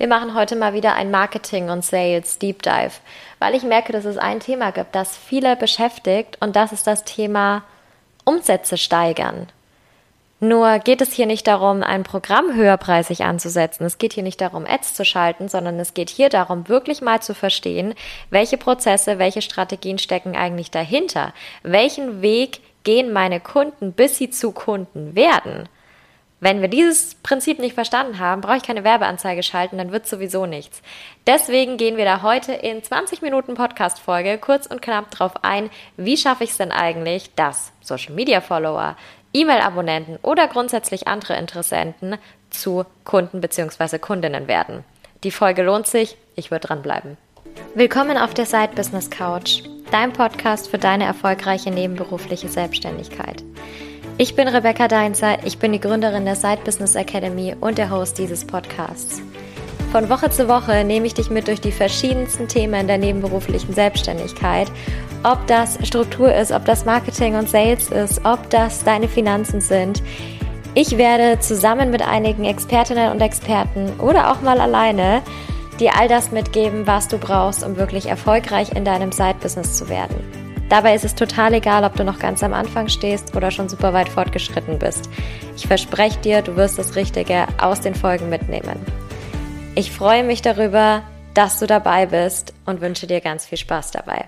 Wir machen heute mal wieder ein Marketing- und Sales Deep Dive, weil ich merke, dass es ein Thema gibt, das viele beschäftigt, und das ist das Thema Umsätze steigern. Nur geht es hier nicht darum, ein Programm höherpreisig anzusetzen. Es geht hier nicht darum, Ads zu schalten, sondern es geht hier darum, wirklich mal zu verstehen, welche Prozesse, welche Strategien stecken eigentlich dahinter. Welchen Weg gehen meine Kunden, bis sie zu Kunden werden? Wenn wir dieses Prinzip nicht verstanden haben, brauche ich keine Werbeanzeige schalten, dann wird sowieso nichts. Deswegen gehen wir da heute in 20 Minuten Podcast-Folge kurz und knapp drauf ein, wie schaffe ich es denn eigentlich, dass Social-Media-Follower, E-Mail-Abonnenten oder grundsätzlich andere Interessenten zu Kunden bzw. Kundinnen werden. Die Folge lohnt sich, ich würde dranbleiben. Willkommen auf der Side Business Couch, dein Podcast für deine erfolgreiche nebenberufliche Selbstständigkeit. Ich bin Rebecca Deinzer, ich bin die Gründerin der Side Business Academy und der Host dieses Podcasts. Von Woche zu Woche nehme ich dich mit durch die verschiedensten Themen der nebenberuflichen Selbstständigkeit. Ob das Struktur ist, ob das Marketing und Sales ist, ob das deine Finanzen sind. Ich werde zusammen mit einigen Expertinnen und Experten oder auch mal alleine dir all das mitgeben, was du brauchst, um wirklich erfolgreich in deinem Side-Business zu werden. Dabei ist es total egal, ob du noch ganz am Anfang stehst oder schon super weit fortgeschritten bist. Ich verspreche dir, du wirst das Richtige aus den Folgen mitnehmen. Ich freue mich darüber, dass du dabei bist und wünsche dir ganz viel Spaß dabei.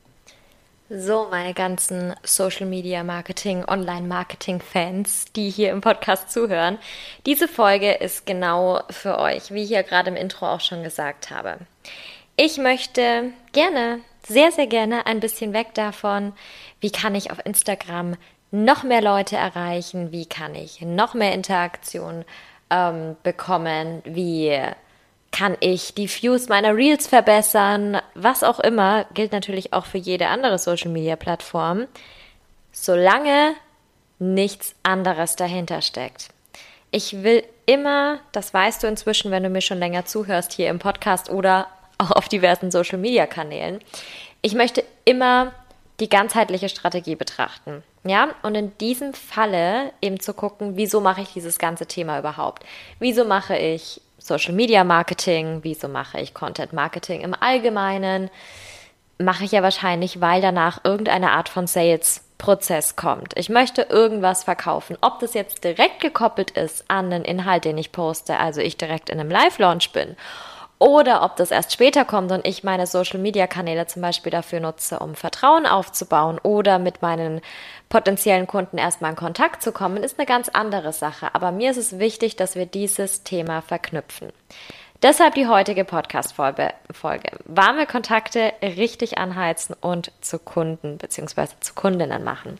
So, meine ganzen Social Media Marketing, Online Marketing Fans, die hier im Podcast zuhören. Diese Folge ist genau für euch, wie ich ja gerade im Intro auch schon gesagt habe. Ich möchte gerne, sehr, sehr gerne ein bisschen weg davon, wie kann ich auf Instagram noch mehr Leute erreichen, wie kann ich noch mehr Interaktion bekommen, wie kann ich die Views meiner Reels verbessern, was auch immer, gilt natürlich auch für jede andere Social-Media-Plattform, solange nichts anderes dahinter steckt. Ich will immer, das weißt du inzwischen, wenn du mir schon länger zuhörst hier im Podcast oder auch auf diversen Social-Media-Kanälen, ich möchte immer die ganzheitliche Strategie betrachten. Ja, und in diesem Falle eben zu gucken, wieso mache ich dieses ganze Thema überhaupt? Wieso mache ich Social Media Marketing? Wieso mache ich Content Marketing im Allgemeinen? Mache ich ja wahrscheinlich, weil danach irgendeine Art von Sales-Prozess kommt. Ich möchte irgendwas verkaufen. Ob das jetzt direkt gekoppelt ist an den Inhalt, den ich poste, also ich direkt in einem Live-Launch bin, oder ob das erst später kommt und ich meine Social-Media-Kanäle zum Beispiel dafür nutze, um Vertrauen aufzubauen oder mit meinen potenziellen Kunden erstmal in Kontakt zu kommen, ist eine ganz andere Sache. Aber mir ist es wichtig, dass wir dieses Thema verknüpfen. Deshalb die heutige Podcast-Folge. Warme Kontakte richtig anheizen und zu Kunden bzw. zu Kundinnen machen.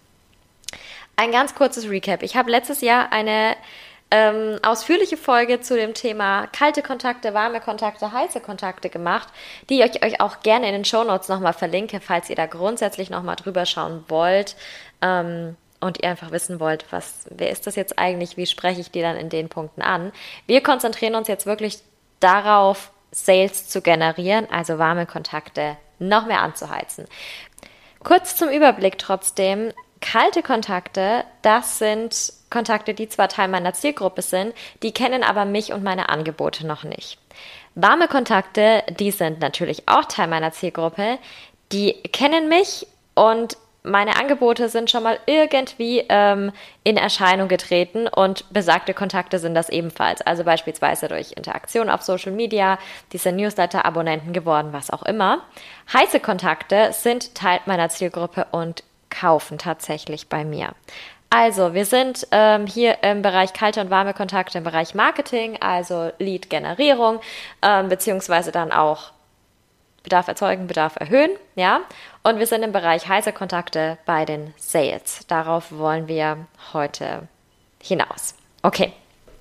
Ein ganz kurzes Recap. Ich habe letztes Jahr eine ausführliche Folge zu dem Thema kalte Kontakte, warme Kontakte, heiße Kontakte gemacht, die ich euch auch gerne in den Shownotes nochmal verlinke, falls ihr da grundsätzlich nochmal drüber schauen wollt und ihr einfach wissen wollt, wer ist das jetzt eigentlich, wie spreche ich die dann in den Punkten an. Wir konzentrieren uns jetzt wirklich darauf, Sales zu generieren, also warme Kontakte noch mehr anzuheizen. Kurz zum Überblick trotzdem, kalte Kontakte, das sind Kontakte, die zwar Teil meiner Zielgruppe sind, die kennen aber mich und meine Angebote noch nicht. Warme Kontakte, die sind natürlich auch Teil meiner Zielgruppe, die kennen mich und meine Angebote sind schon mal irgendwie in Erscheinung getreten und besagte Kontakte sind das ebenfalls. Also beispielsweise durch Interaktion auf Social Media, diese Newsletter-Abonnenten geworden, was auch immer. Heiße Kontakte sind Teil meiner Zielgruppe und kaufen tatsächlich bei mir. Also, wir sind hier im Bereich kalte und warme Kontakte, im Bereich Marketing, also Lead-Generierung, beziehungsweise dann auch Bedarf erzeugen, Bedarf erhöhen, ja. Und wir sind im Bereich heiße Kontakte bei den Sales. Darauf wollen wir heute hinaus. Okay.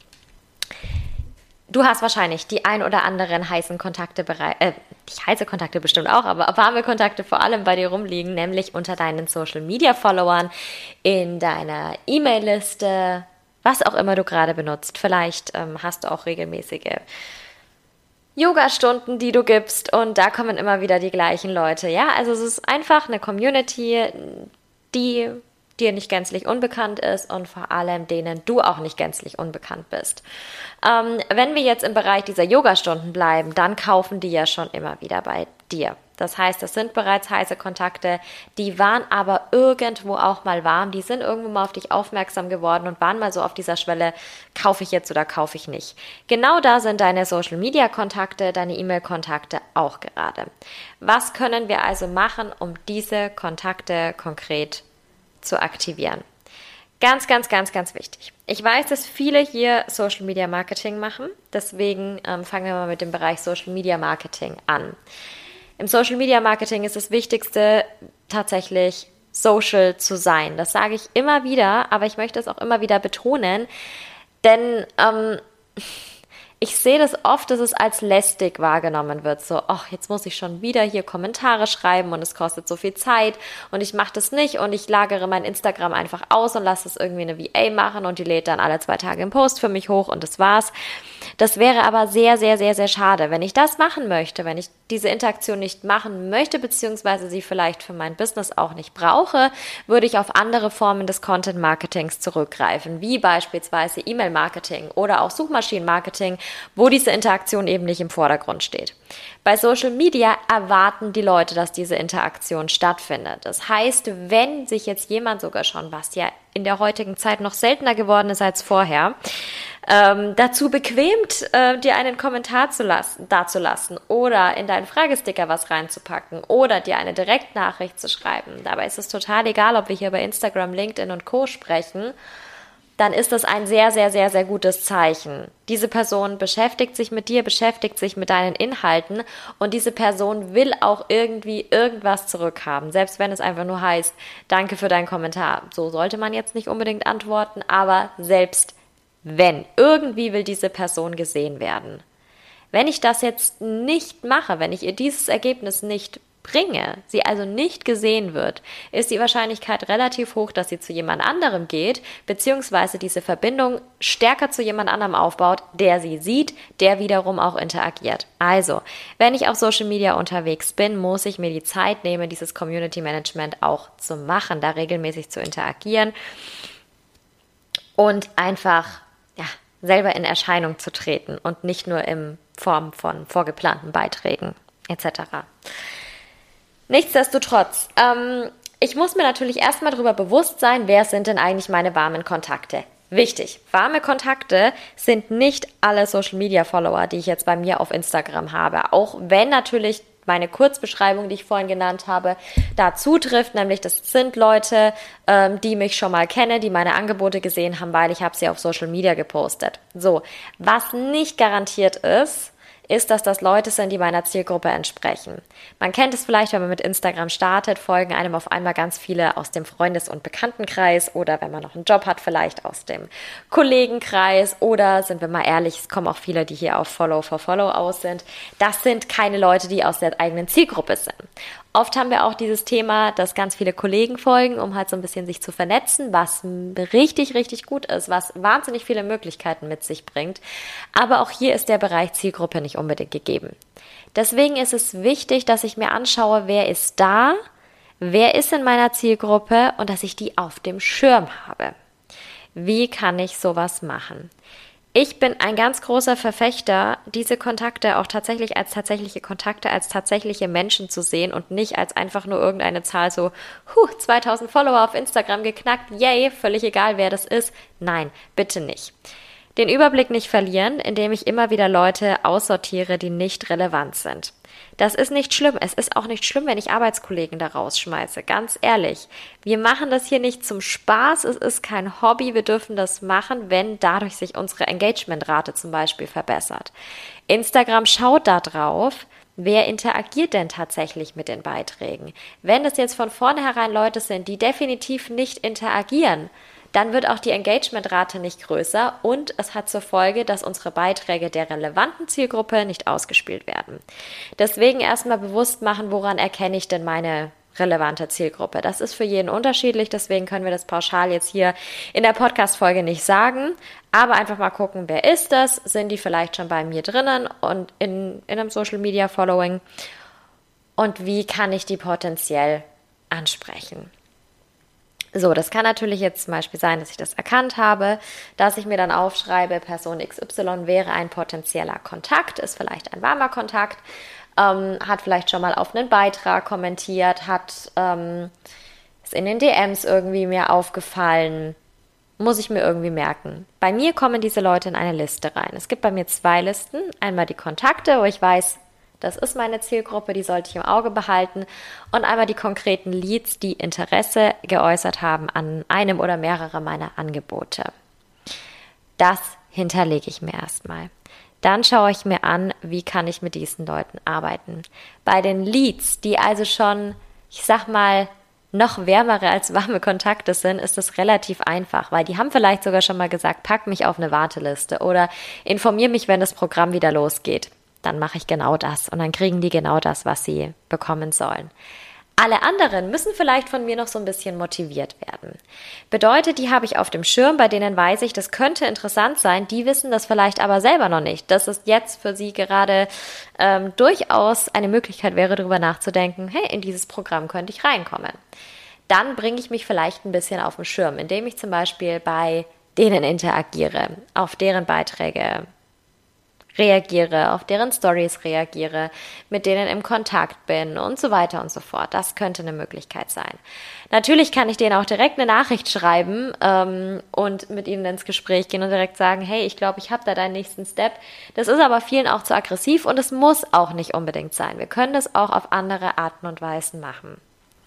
Du hast wahrscheinlich die ein oder anderen heißen Kontakte nicht heiße Kontakte bestimmt auch, aber warme Kontakte vor allem bei dir rumliegen, nämlich unter deinen Social-Media-Followern, in deiner E-Mail-Liste, was auch immer du gerade benutzt. Vielleicht hast du auch regelmäßige Yoga-Stunden, die du gibst und da kommen immer wieder die gleichen Leute. Ja, also es ist einfach eine Community, die dir nicht gänzlich unbekannt ist und vor allem denen du auch nicht gänzlich unbekannt bist. Wenn wir jetzt im Bereich dieser Yogastunden bleiben, dann kaufen die ja schon immer wieder bei dir. Das heißt, das sind bereits heiße Kontakte, die waren aber irgendwo auch mal warm, die sind irgendwo mal auf dich aufmerksam geworden und waren mal so auf dieser Schwelle, kaufe ich jetzt oder kaufe ich nicht. Genau da sind deine Social-Media-Kontakte, deine E-Mail-Kontakte auch gerade. Was können wir also machen, um diese Kontakte konkret zu aktivieren? Ganz, ganz, ganz, ganz wichtig. Ich weiß, dass viele hier Social Media Marketing machen, deswegen fangen wir mal mit dem Bereich Social Media Marketing an. Im Social Media Marketing ist das Wichtigste tatsächlich social zu sein. Das sage ich immer wieder, aber ich möchte es auch immer wieder betonen, denn ich sehe das oft, dass es als lästig wahrgenommen wird. So, ach, jetzt muss ich schon wieder hier Kommentare schreiben und es kostet so viel Zeit und ich mache das nicht und ich lagere mein Instagram einfach aus und lasse es irgendwie eine VA machen und die lädt dann alle 2 Tage einen Post für mich hoch und das war's. Das wäre aber sehr, sehr, sehr, sehr schade. Wenn ich das machen möchte, wenn ich diese Interaktion nicht machen möchte, beziehungsweise sie vielleicht für mein Business auch nicht brauche, würde ich auf andere Formen des Content-Marketings zurückgreifen, wie beispielsweise E-Mail-Marketing oder auch Suchmaschinen-Marketing, wo diese Interaktion eben nicht im Vordergrund steht. Bei Social Media erwarten die Leute, dass diese Interaktion stattfindet. Das heißt, wenn sich jetzt jemand sogar schon, was ja in der heutigen Zeit noch seltener geworden ist als vorher, dazu bequemt, dir einen Kommentar dazulassen oder in deinen Fragesticker was reinzupacken oder dir eine Direktnachricht zu schreiben. Dabei ist es total egal, ob wir hier bei Instagram, LinkedIn und Co. sprechen. Dann ist das ein sehr, sehr, sehr, sehr gutes Zeichen. Diese Person beschäftigt sich mit dir, beschäftigt sich mit deinen Inhalten und diese Person will auch irgendwie irgendwas zurückhaben, selbst wenn es einfach nur heißt, danke für deinen Kommentar. So sollte man jetzt nicht unbedingt antworten, aber selbst wenn, irgendwie will diese Person gesehen werden. Wenn ich das jetzt nicht mache, wenn ich ihr dieses Ergebnis nicht bringe, sie also nicht gesehen wird, ist die Wahrscheinlichkeit relativ hoch, dass sie zu jemand anderem geht, beziehungsweise diese Verbindung stärker zu jemand anderem aufbaut, der sie sieht, der wiederum auch interagiert. Also, wenn ich auf Social Media unterwegs bin, muss ich mir die Zeit nehmen, dieses Community Management auch zu machen, da regelmäßig zu interagieren und einfach selber in Erscheinung zu treten und nicht nur in Form von vorgeplanten Beiträgen etc. Nichtsdestotrotz, ich muss mir natürlich erstmal darüber bewusst sein, wer sind denn eigentlich meine warmen Kontakte. Wichtig, warme Kontakte sind nicht alle Social-Media-Follower, die ich jetzt bei mir auf Instagram habe, auch wenn natürlich meine Kurzbeschreibung, die ich vorhin genannt habe, da zutrifft, nämlich das sind Leute, die mich schon mal kennen, die meine Angebote gesehen haben, weil ich habe sie auf Social Media gepostet. So, was nicht garantiert ist, dass das Leute sind, die meiner Zielgruppe entsprechen. Man kennt es vielleicht, wenn man mit Instagram startet, folgen einem auf einmal ganz viele aus dem Freundes- und Bekanntenkreis oder wenn man noch einen Job hat, vielleicht aus dem Kollegenkreis oder, sind wir mal ehrlich, es kommen auch viele, die hier auf Follow for Follow aus sind. Das sind keine Leute, die aus der eigenen Zielgruppe sind. Oft haben wir auch dieses Thema, dass ganz viele Kollegen folgen, um halt so ein bisschen sich zu vernetzen, was richtig, richtig gut ist, was wahnsinnig viele Möglichkeiten mit sich bringt. Aber auch hier ist der Bereich Zielgruppe nicht unbedingt gegeben. Deswegen ist es wichtig, dass ich mir anschaue, wer ist da, wer ist in meiner Zielgruppe und dass ich die auf dem Schirm habe. Wie kann ich sowas machen? Ich bin ein ganz großer Verfechter, diese Kontakte auch tatsächlich als tatsächliche Kontakte, als tatsächliche Menschen zu sehen und nicht als einfach nur irgendeine Zahl so, 2000 Follower auf Instagram geknackt, yay, völlig egal, wer das ist. Nein, bitte nicht. Den Überblick nicht verlieren, indem ich immer wieder Leute aussortiere, die nicht relevant sind. Das ist nicht schlimm. Es ist auch nicht schlimm, wenn ich Arbeitskollegen da rausschmeiße. Ganz ehrlich. Wir machen das hier nicht zum Spaß. Es ist kein Hobby. Wir dürfen das machen, wenn dadurch sich unsere Engagementrate zum Beispiel verbessert. Instagram schaut da drauf, wer interagiert denn tatsächlich mit den Beiträgen. Wenn es jetzt von vornherein Leute sind, die definitiv nicht interagieren, dann wird auch die Engagementrate nicht größer und es hat zur Folge, dass unsere Beiträge der relevanten Zielgruppe nicht ausgespielt werden. Deswegen erstmal bewusst machen, woran erkenne ich denn meine relevante Zielgruppe. Das ist für jeden unterschiedlich, deswegen können wir das pauschal jetzt hier in der Podcast-Folge nicht sagen, aber einfach mal gucken, wer ist das? Sind die vielleicht schon bei mir drinnen und in einem Social-Media-Following und wie kann ich die potenziell ansprechen? So, das kann natürlich jetzt zum Beispiel sein, dass ich das erkannt habe, dass ich mir dann aufschreibe, Person XY wäre ein potenzieller Kontakt, ist vielleicht ein warmer Kontakt, hat vielleicht schon mal auf einen Beitrag kommentiert, ist in den DMs irgendwie mir aufgefallen, muss ich mir irgendwie merken. Bei mir kommen diese Leute in eine Liste rein. Es gibt bei mir 2 Listen. Einmal die Kontakte, wo ich weiß, das ist meine Zielgruppe, die sollte ich im Auge behalten. Und einmal die konkreten Leads, die Interesse geäußert haben an einem oder mehrere meiner Angebote. Das hinterlege ich mir erstmal. Dann schaue ich mir an, wie kann ich mit diesen Leuten arbeiten. Bei den Leads, die also schon, ich sag mal, noch wärmere als warme Kontakte sind, ist das relativ einfach, weil die haben vielleicht sogar schon mal gesagt, pack mich auf eine Warteliste oder informier mich, wenn das Programm wieder losgeht. Dann mache ich genau das und dann kriegen die genau das, was sie bekommen sollen. Alle anderen müssen vielleicht von mir noch so ein bisschen motiviert werden. Bedeutet, die habe ich auf dem Schirm, bei denen weiß ich, das könnte interessant sein, die wissen das vielleicht aber selber noch nicht, dass es jetzt für sie gerade durchaus eine Möglichkeit wäre, darüber nachzudenken, hey, in dieses Programm könnte ich reinkommen. Dann bringe ich mich vielleicht ein bisschen auf den Schirm, indem ich zum Beispiel bei denen interagiere, auf deren Beiträge reagiere, auf deren Stories reagiere, mit denen im Kontakt bin und so weiter und so fort. Das könnte eine Möglichkeit sein. Natürlich kann ich denen auch direkt eine Nachricht schreiben und mit ihnen ins Gespräch gehen und direkt sagen, hey, ich glaube, ich habe da deinen nächsten Step. Das ist aber vielen auch zu aggressiv und es muss auch nicht unbedingt sein. Wir können das auch auf andere Arten und Weisen machen.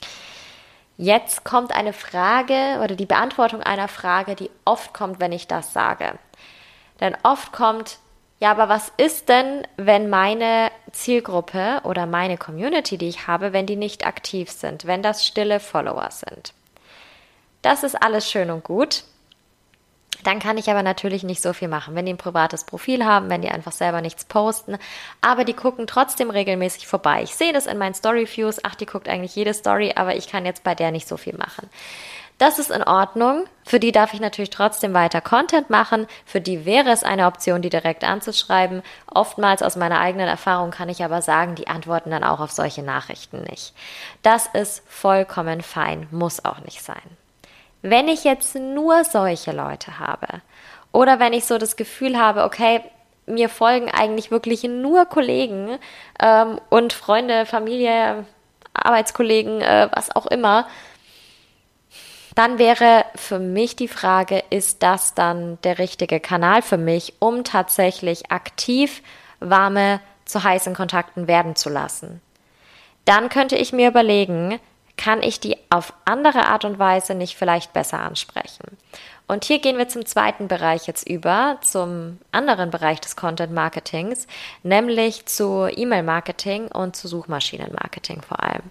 Jetzt kommt eine Frage oder die Beantwortung einer Frage, die oft kommt, wenn ich das sage. Denn oft kommt, ja, aber was ist denn, wenn meine Zielgruppe oder meine Community, die ich habe, wenn die nicht aktiv sind, wenn das stille Follower sind? Das ist alles schön und gut. Dann kann ich aber natürlich nicht so viel machen, wenn die ein privates Profil haben, wenn die einfach selber nichts posten, aber die gucken trotzdem regelmäßig vorbei. Ich sehe das in meinen Story-Views, ach, die guckt eigentlich jede Story, aber ich kann jetzt bei der nicht so viel machen. Das ist in Ordnung. Für die darf ich natürlich trotzdem weiter Content machen. Für die wäre es eine Option, die direkt anzuschreiben. Oftmals aus meiner eigenen Erfahrung kann ich aber sagen, die antworten dann auch auf solche Nachrichten nicht. Das ist vollkommen fein, muss auch nicht sein. Wenn ich jetzt nur solche Leute habe oder wenn ich so das Gefühl habe, okay, mir folgen eigentlich wirklich nur Kollegen und Freunde, Familie, Arbeitskollegen, was auch immer, dann wäre für mich die Frage, ist das dann der richtige Kanal für mich, um tatsächlich aktiv warme zu heißen Kontakten werden zu lassen? Dann könnte ich mir überlegen, kann ich die auf andere Art und Weise nicht vielleicht besser ansprechen? Und hier gehen wir zum zweiten Bereich jetzt über, zum anderen Bereich des Content Marketings, nämlich zu E-Mail-Marketing und zu Suchmaschinenmarketing vor allem.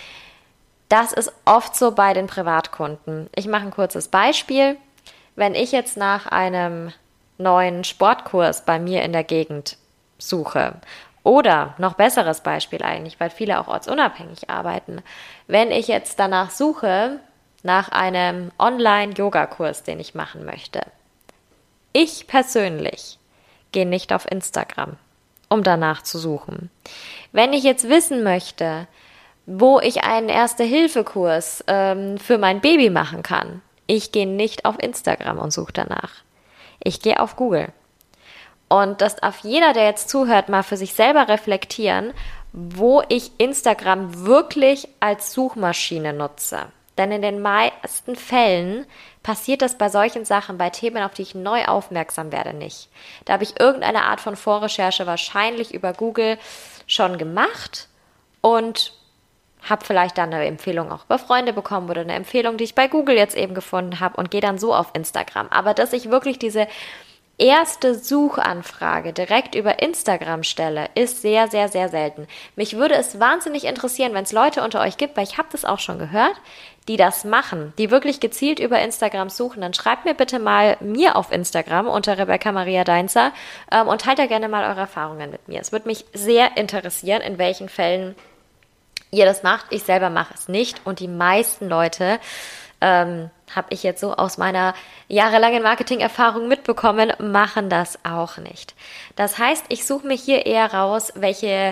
Das ist oft so bei den Privatkunden. Ich mache ein kurzes Beispiel. Wenn ich jetzt nach einem neuen Sportkurs bei mir in der Gegend suche oder noch besseres Beispiel eigentlich, weil viele auch ortsunabhängig arbeiten, wenn ich jetzt danach suche, nach einem Online-Yoga-Kurs, den ich machen möchte. Ich persönlich gehe nicht auf Instagram, um danach zu suchen. Wenn ich jetzt wissen möchte, wo ich einen Erste-Hilfe-Kurs für mein Baby machen kann. Ich gehe nicht auf Instagram und suche danach. Ich gehe auf Google. Und das darf jeder, der jetzt zuhört, mal für sich selber reflektieren, wo ich Instagram wirklich als Suchmaschine nutze. Denn in den meisten Fällen passiert das bei solchen Sachen, bei Themen, auf die ich neu aufmerksam werde, nicht. Da habe ich irgendeine Art von Vorrecherche wahrscheinlich über Google schon gemacht und habe vielleicht dann eine Empfehlung auch über Freunde bekommen oder eine Empfehlung, die ich bei Google jetzt eben gefunden habe und gehe dann so auf Instagram. Aber dass ich wirklich diese erste Suchanfrage direkt über Instagram stelle, ist sehr, sehr, sehr selten. Mich würde es wahnsinnig interessieren, wenn es Leute unter euch gibt, weil ich habe das auch schon gehört, die das machen, die wirklich gezielt über Instagram suchen. Dann schreibt mir bitte mal mir auf Instagram unter Rebecca Maria Deinzer und teilt da gerne mal eure Erfahrungen mit mir. Es würde mich sehr interessieren, in welchen Fällen ihr das macht. Ich selber mache es nicht und die meisten Leute habe ich jetzt so aus meiner jahrelangen Marketing-Erfahrung mitbekommen, machen das auch nicht. Das heißt, ich suche mir hier eher raus, welche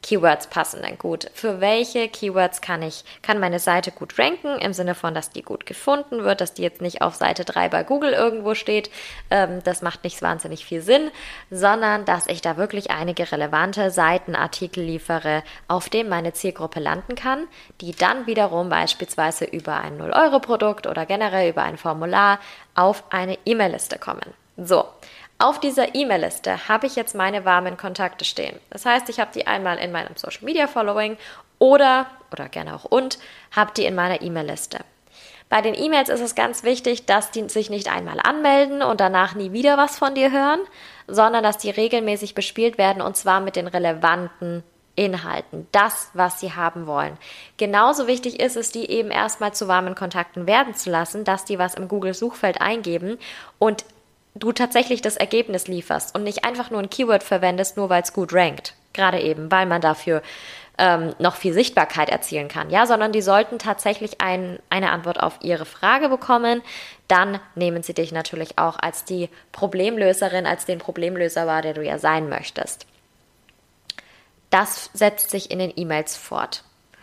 Keywords passen denn gut? Für welche Keywords kann meine Seite gut ranken, im Sinne von, dass die gut gefunden wird, dass die jetzt nicht auf Seite 3 bei Google irgendwo steht. Das macht nicht wahnsinnig viel Sinn, sondern dass ich da wirklich einige relevante Seitenartikel liefere, auf denen meine Zielgruppe landen kann, die dann wiederum beispielsweise über ein 0-Euro-Produkt oder generell über ein Formular auf eine E-Mail-Liste kommen. So. Auf dieser E-Mail-Liste habe ich jetzt meine warmen Kontakte stehen. Das heißt, ich habe die einmal in meinem Social-Media-Following oder gerne auch habe die in meiner E-Mail-Liste. Bei den E-Mails ist es ganz wichtig, dass die sich nicht einmal anmelden und danach nie wieder was von dir hören, sondern dass die regelmäßig bespielt werden und zwar mit den relevanten Inhalten, das, was sie haben wollen. Genauso wichtig ist es, die eben erstmal zu warmen Kontakten werden zu lassen, dass die was im Google-Suchfeld eingeben und du tatsächlich das Ergebnis lieferst und nicht einfach nur ein Keyword verwendest, nur weil es gut rankt. Gerade eben, weil man dafür noch viel Sichtbarkeit erzielen kann, ja, sondern die sollten tatsächlich eine Antwort auf ihre Frage bekommen. Dann nehmen sie dich natürlich auch als die Problemlöserin, als den Problemlöser wahr, der du ja sein möchtest. Das setzt sich in den E-Mails fort.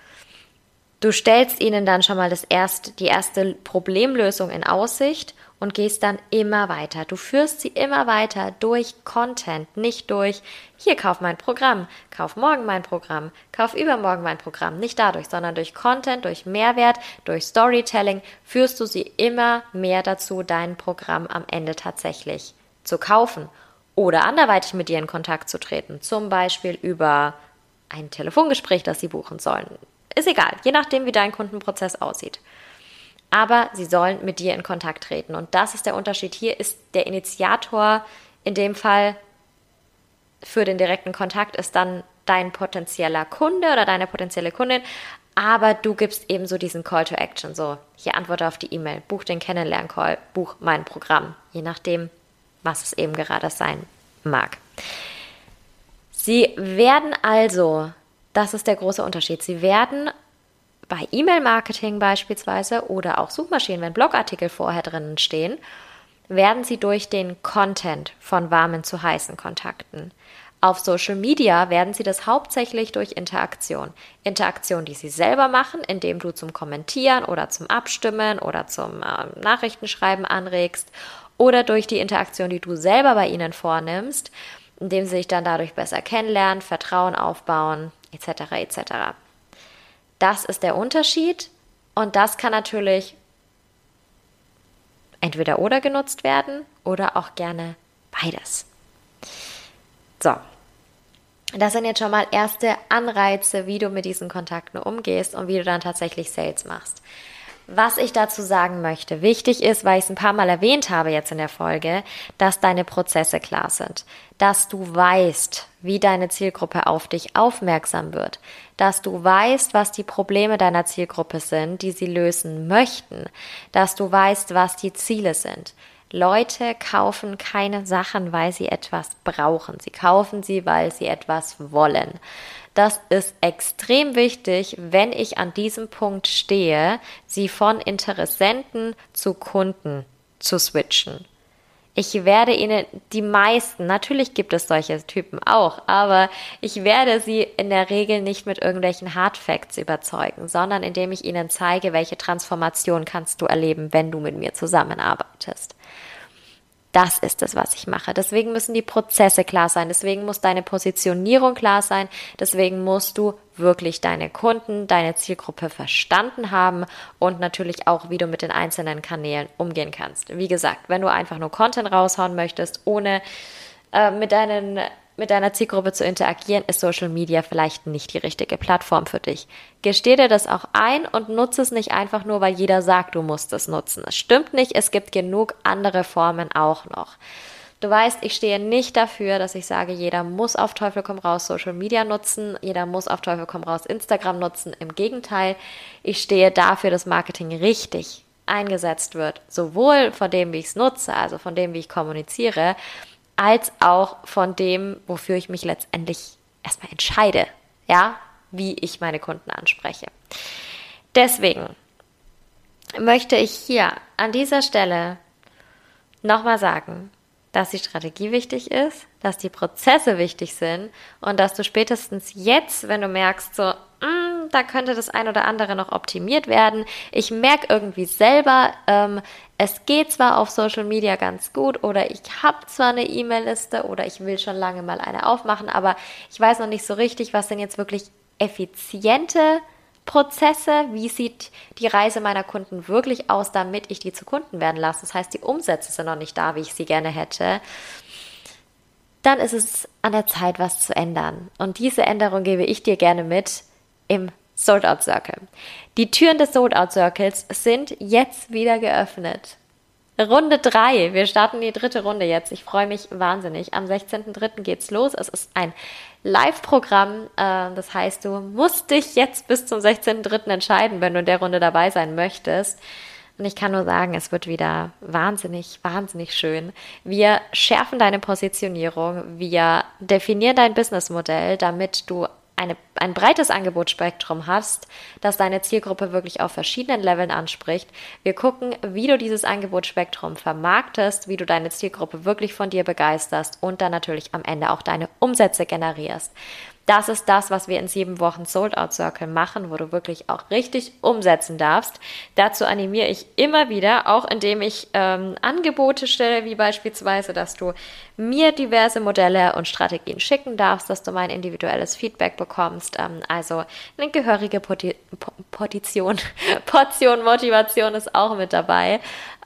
Du stellst ihnen dann schon mal die erste Problemlösung in Aussicht und gehst dann immer weiter. Du führst sie immer weiter durch Content, nicht durch, hier, kauf mein Programm, kauf morgen mein Programm, kauf übermorgen mein Programm. Nicht dadurch, sondern durch Content, durch Mehrwert, durch Storytelling führst du sie immer mehr dazu, dein Programm am Ende tatsächlich zu kaufen oder anderweitig mit dir in Kontakt zu treten. Zum Beispiel über ein Telefongespräch, das sie buchen sollen. Ist egal, je nachdem, wie dein Kundenprozess aussieht. Aber sie sollen mit dir in Kontakt treten. Und das ist der Unterschied. Hier ist der Initiator, in dem Fall für den direkten Kontakt, ist dann dein potenzieller Kunde oder deine potenzielle Kundin. Aber du gibst eben so diesen Call to Action. So, hier antworte auf die E-Mail, buch den Kennenlern-Call, buch mein Programm. Je nachdem, was es eben gerade sein mag. Sie werden also, das ist der große Unterschied, sie werden bei E-Mail-Marketing beispielsweise oder auch Suchmaschinen, wenn Blogartikel vorher drinnen stehen, werden sie durch den Content von warmen zu heißen Kontakten. Auf Social Media werden sie das hauptsächlich durch Interaktion. Interaktion, die sie selber machen, indem du zum Kommentieren oder zum Abstimmen oder zum Nachrichtenschreiben anregst oder durch die Interaktion, die du selber bei ihnen vornimmst, indem sie sich dann dadurch besser kennenlernen, Vertrauen aufbauen, etc. etc. Das ist der Unterschied und das kann natürlich entweder oder genutzt werden oder auch gerne beides. So, das sind jetzt schon mal erste Anreize, wie du mit diesen Kontakten umgehst und wie du dann tatsächlich Sales machst. Was ich dazu sagen möchte, wichtig ist, weil ich es ein paar Mal erwähnt habe jetzt in der Folge, dass deine Prozesse klar sind, dass du weißt, wie deine Zielgruppe auf dich aufmerksam wird, dass du weißt, was die Probleme deiner Zielgruppe sind, die sie lösen möchten, dass du weißt, was die Ziele sind. Leute kaufen keine Sachen, weil sie etwas brauchen. Sie kaufen sie, weil sie etwas wollen. Das ist extrem wichtig, wenn ich an diesem Punkt stehe, sie von Interessenten zu Kunden zu switchen. Ich werde ihnen die meisten, natürlich gibt es solche Typen auch, aber ich werde sie in der Regel nicht mit irgendwelchen Hardfacts überzeugen, sondern indem ich ihnen zeige, welche Transformation kannst du erleben, wenn du mit mir zusammenarbeitest. Das ist es, was ich mache. Deswegen müssen die Prozesse klar sein. Deswegen muss deine Positionierung klar sein. Deswegen musst du wirklich deine Kunden, deine Zielgruppe verstanden haben und natürlich auch, wie du mit den einzelnen Kanälen umgehen kannst. Wie gesagt, wenn du einfach nur Content raushauen möchtest, ohne mit deiner Zielgruppe zu interagieren, ist Social Media vielleicht nicht die richtige Plattform für dich. Gesteh dir das auch ein und nutze es nicht einfach nur, weil jeder sagt, du musst es nutzen. Es stimmt nicht, es gibt genug andere Formen auch noch. Du weißt, ich stehe nicht dafür, dass ich sage, jeder muss auf Teufel komm raus Social Media nutzen, jeder muss auf Teufel komm raus Instagram nutzen. Im Gegenteil, ich stehe dafür, dass Marketing richtig eingesetzt wird, sowohl von dem, wie ich es nutze, also von dem, wie ich kommuniziere, als auch von dem, wofür ich mich letztendlich erstmal entscheide, ja, wie ich meine Kunden anspreche. Deswegen möchte ich hier an dieser Stelle nochmal sagen, dass die Strategie wichtig ist, dass die Prozesse wichtig sind und dass du spätestens jetzt, wenn du merkst, so, da könnte das ein oder andere noch optimiert werden. Ich merke irgendwie selber, es geht zwar auf Social Media ganz gut oder ich habe zwar eine E-Mail-Liste oder ich will schon lange mal eine aufmachen, aber ich weiß noch nicht so richtig, was sind jetzt wirklich effiziente Prozesse, wie sieht die Reise meiner Kunden wirklich aus, damit ich die zu Kunden werden lasse. Das heißt, die Umsätze sind noch nicht da, wie ich sie gerne hätte. Dann ist es an der Zeit, was zu ändern. Und diese Änderung gebe ich dir gerne mit im Sold Out Circle. Die Türen des Sold Out Circles sind jetzt wieder geöffnet. Runde 3. Wir starten die 3. Runde jetzt. Ich freue mich wahnsinnig. Am 16.03. geht's los. Es ist ein Live-Programm. Das heißt, du musst dich jetzt bis zum 16.03. entscheiden, wenn du in der Runde dabei sein möchtest. Und ich kann nur sagen, es wird wieder wahnsinnig, wahnsinnig schön. Wir schärfen deine Positionierung. Wir definieren dein Businessmodell, damit du ein breites Angebotsspektrum hast, das deine Zielgruppe wirklich auf verschiedenen Leveln anspricht. Wir gucken, wie du dieses Angebotsspektrum vermarktest, wie du deine Zielgruppe wirklich von dir begeisterst und dann natürlich am Ende auch deine Umsätze generierst. Das ist das, was wir in 7 Wochen Sold Out Circle machen, wo du wirklich auch richtig umsetzen darfst. Dazu animiere ich immer wieder, auch indem ich Angebote stelle, wie beispielsweise, dass du mir diverse Modelle und Strategien schicken darfst, dass du mein individuelles Feedback bekommst. Also eine gehörige Portion Motivation ist auch mit dabei.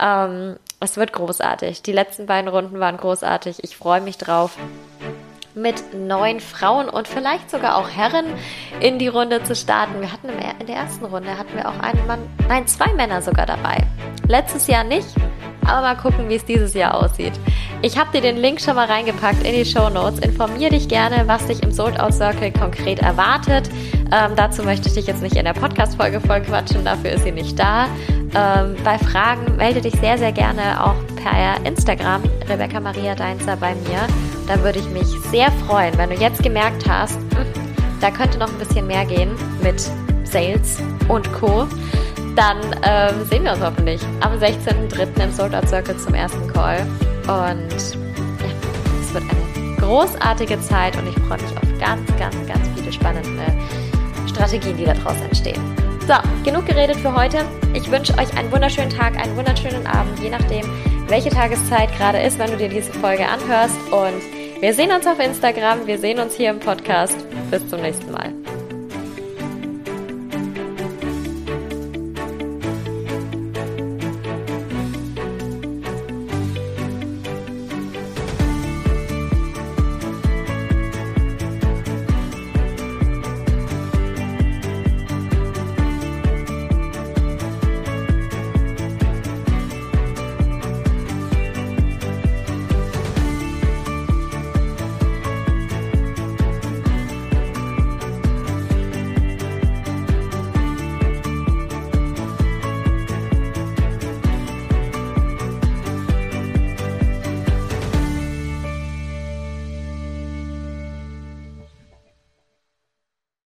Es wird großartig. Die letzten beiden Runden waren großartig. Ich freue mich drauf, mit 9 Frauen und vielleicht sogar auch Herren in die Runde zu starten. Wir hatten in der ersten Runde hatten wir auch 2 Männer sogar dabei. Letztes Jahr nicht, aber mal gucken, wie es dieses Jahr aussieht. Ich habe dir den Link schon mal reingepackt in die Shownotes. Informier dich gerne, was dich im Sold Out Circle konkret erwartet. Dazu möchte ich dich jetzt nicht in der Podcast-Folge voll quatschen, dafür ist sie nicht da. Bei Fragen melde dich sehr, sehr gerne auch per Instagram, Rebecca Maria Deinzer bei mir. Da würde ich mich sehr freuen, wenn du jetzt gemerkt hast, da könnte noch ein bisschen mehr gehen mit Sales und Co. Dann sehen wir uns hoffentlich am 16.03. im Sold Out Circle zum ersten Call. Und ja, es wird eine großartige Zeit und ich freue mich auf ganz, ganz, ganz viele spannende Strategien, die daraus entstehen. So, genug geredet für heute. Ich wünsche euch einen wunderschönen Tag, einen wunderschönen Abend, je nachdem, welche Tageszeit gerade ist, wenn du dir diese Folge anhörst. Und wir sehen uns auf Instagram, wir sehen uns hier im Podcast. Bis zum nächsten Mal.